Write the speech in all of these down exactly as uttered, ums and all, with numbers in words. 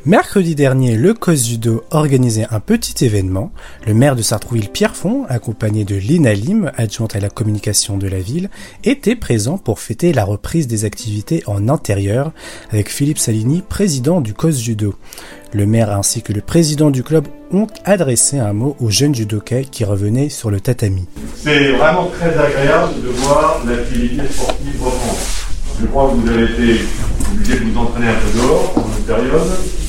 Mercredi dernier, le C O S Judo organisait un petit événement. Le maire de Sartrouville, Pierre Font, accompagné de Lina Lim, adjointe à la communication de la ville, était présent pour fêter la reprise des activités en intérieur avec Philippe Salini, président du C O S Judo. Le maire ainsi que le président du club ont adressé un mot aux jeunes judokas qui revenaient sur le tatami. C'est vraiment très agréable de voir l'activité sportive reprendre. Je crois que vous avez été obligé de vous entraîner un peu dehors pendant une période.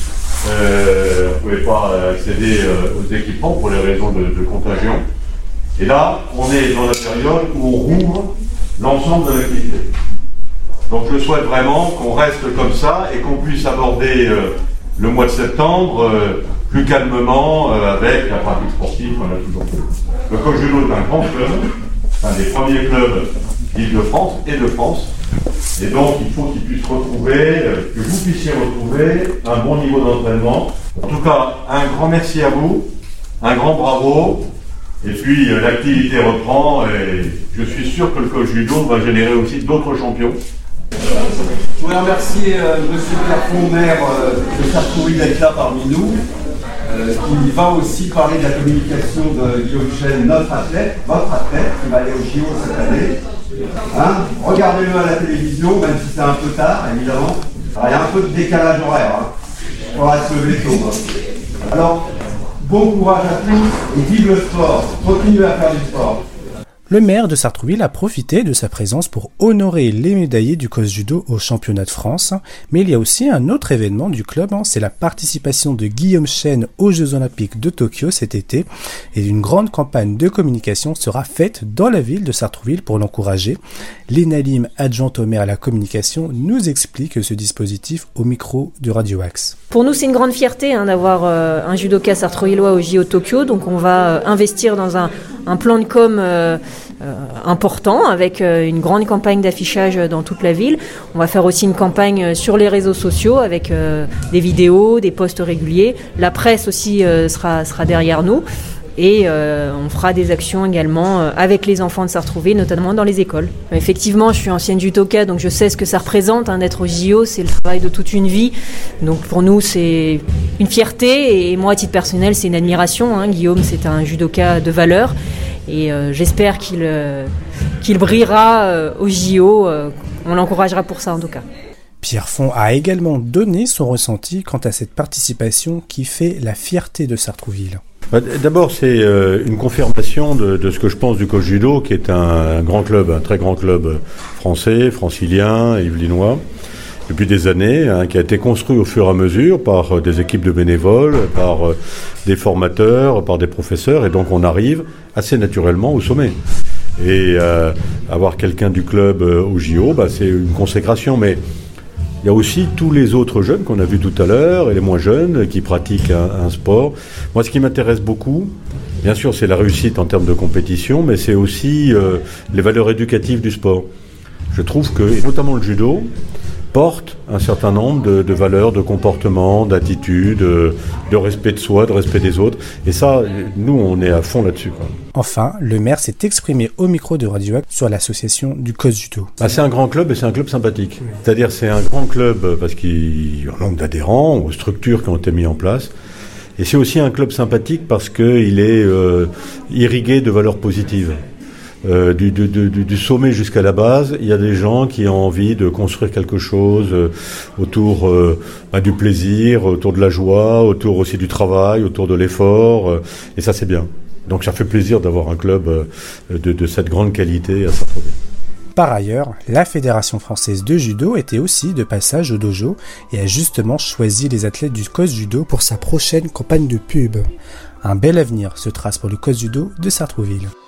Euh, vous ne pouvez pas accéder euh, aux équipements pour les raisons de, de contagion. Et là, on est dans la période où on rouvre l'ensemble de l'activité. Donc je souhaite vraiment qu'on reste comme ça et qu'on puisse aborder euh, le mois de septembre euh, plus calmement euh, avec la pratique sportive qu'on a toujours fait. Le C O S Judo est un grand club, un des premiers clubs d'Île-de-France et de France. Et donc, il faut qu'ils puissent retrouver, que vous puissiez retrouver un bon niveau d'entraînement. En tout cas, un grand merci à vous, un grand bravo. Et puis, euh, l'activité reprend et je suis sûr que le C O S Judo va générer aussi d'autres champions. Je voudrais remercier euh, M. Pierre Font, maire euh, de Sartrouville, d'être là parmi nous, euh, qui va aussi parler de la communication de Guillaume Chêne, notre athlète, votre athlète, qui va aller au J O cette année. Hein, regardez-le à la télévision, même si c'est un peu tard, évidemment. Alors, il y a un peu de décalage horaire. Hein. On va se lever tôt. Hein. Alors, bon courage à tous et vive le sport. Continuez à faire du sport. Le maire de Sartrouville a profité de sa présence pour honorer les médaillés du C O S Judo au championnat de France. Mais il y a aussi un autre événement du club, hein, c'est la participation de Guillaume Chêne aux Jeux Olympiques de Tokyo cet été. Et une grande campagne de communication sera faite dans la ville de Sartrouville pour l'encourager. Lina Lim, adjointe au maire à la communication, nous explique ce dispositif au micro de Radio Axe. Pour nous, c'est une grande fierté hein, d'avoir euh, un judoka sartrouvillois au J O Tokyo. Donc on va euh, investir dans un, un plan de com euh, Euh, important avec euh, une grande campagne d'affichage dans toute la ville. On va faire aussi une campagne sur les réseaux sociaux avec euh, des vidéos, des posts réguliers. La presse aussi euh, sera, sera derrière nous et euh, on fera des actions également euh, avec les enfants de Sartrouville, notamment dans les écoles. Effectivement, je suis ancienne judoka, donc je sais ce que ça représente hein, d'être au J O, c'est le travail de toute une vie. Donc pour nous, c'est une fierté et moi, à titre personnel, c'est une admiration. Hein. Guillaume, c'est un judoka de valeur. Et euh, j'espère qu'il, euh, qu'il brillera euh, au J O. Euh, on l'encouragera pour ça en tout cas. Pierre Font a également donné son ressenti quant à cette participation qui fait la fierté de Sartrouville. D'abord, c'est euh, une confirmation de, de ce que je pense du C O S Judo, qui est un, un grand club, un très grand club français, francilien, yvelinois, depuis des années, hein, qui a été construit au fur et à mesure par euh, des équipes de bénévoles, par euh, des formateurs, par des professeurs, et donc on arrive assez naturellement au sommet. Et euh, avoir quelqu'un du club euh, au J O, bah, c'est une consécration, mais il y a aussi tous les autres jeunes qu'on a vus tout à l'heure, et les moins jeunes, qui pratiquent un, un sport. Moi, ce qui m'intéresse beaucoup, bien sûr, c'est la réussite en termes de compétition, mais c'est aussi euh, les valeurs éducatives du sport. Je trouve que, et notamment le judo, porte un certain nombre de, de valeurs, de comportements, d'attitudes, de, de respect de soi, de respect des autres. Et ça, nous, on est à fond là-dessus, quoi. Enfin, le maire s'est exprimé au micro de Radio Axe sur l'association du C O S Judo. Bah, c'est un grand club et c'est un club sympathique. Oui. C'est-à-dire c'est un grand club parce qu'il y a un nombre d'adhérents, aux structures qui ont été mises en place. Et c'est aussi un club sympathique parce qu'il est euh, irrigué de valeurs positives. Euh, du, du, du, du sommet jusqu'à la base, il y a des gens qui ont envie de construire quelque chose euh, autour euh, bah, du plaisir, autour de la joie, autour aussi du travail, autour de l'effort, euh, et ça c'est bien. Donc ça fait plaisir d'avoir un club euh, de, de cette grande qualité à Sartrouville. Par ailleurs, la Fédération française de judo était aussi de passage au dojo et a justement choisi les athlètes du C O S Judo pour sa prochaine campagne de pub. Un bel avenir se trace pour le C O S Judo de Sartrouville.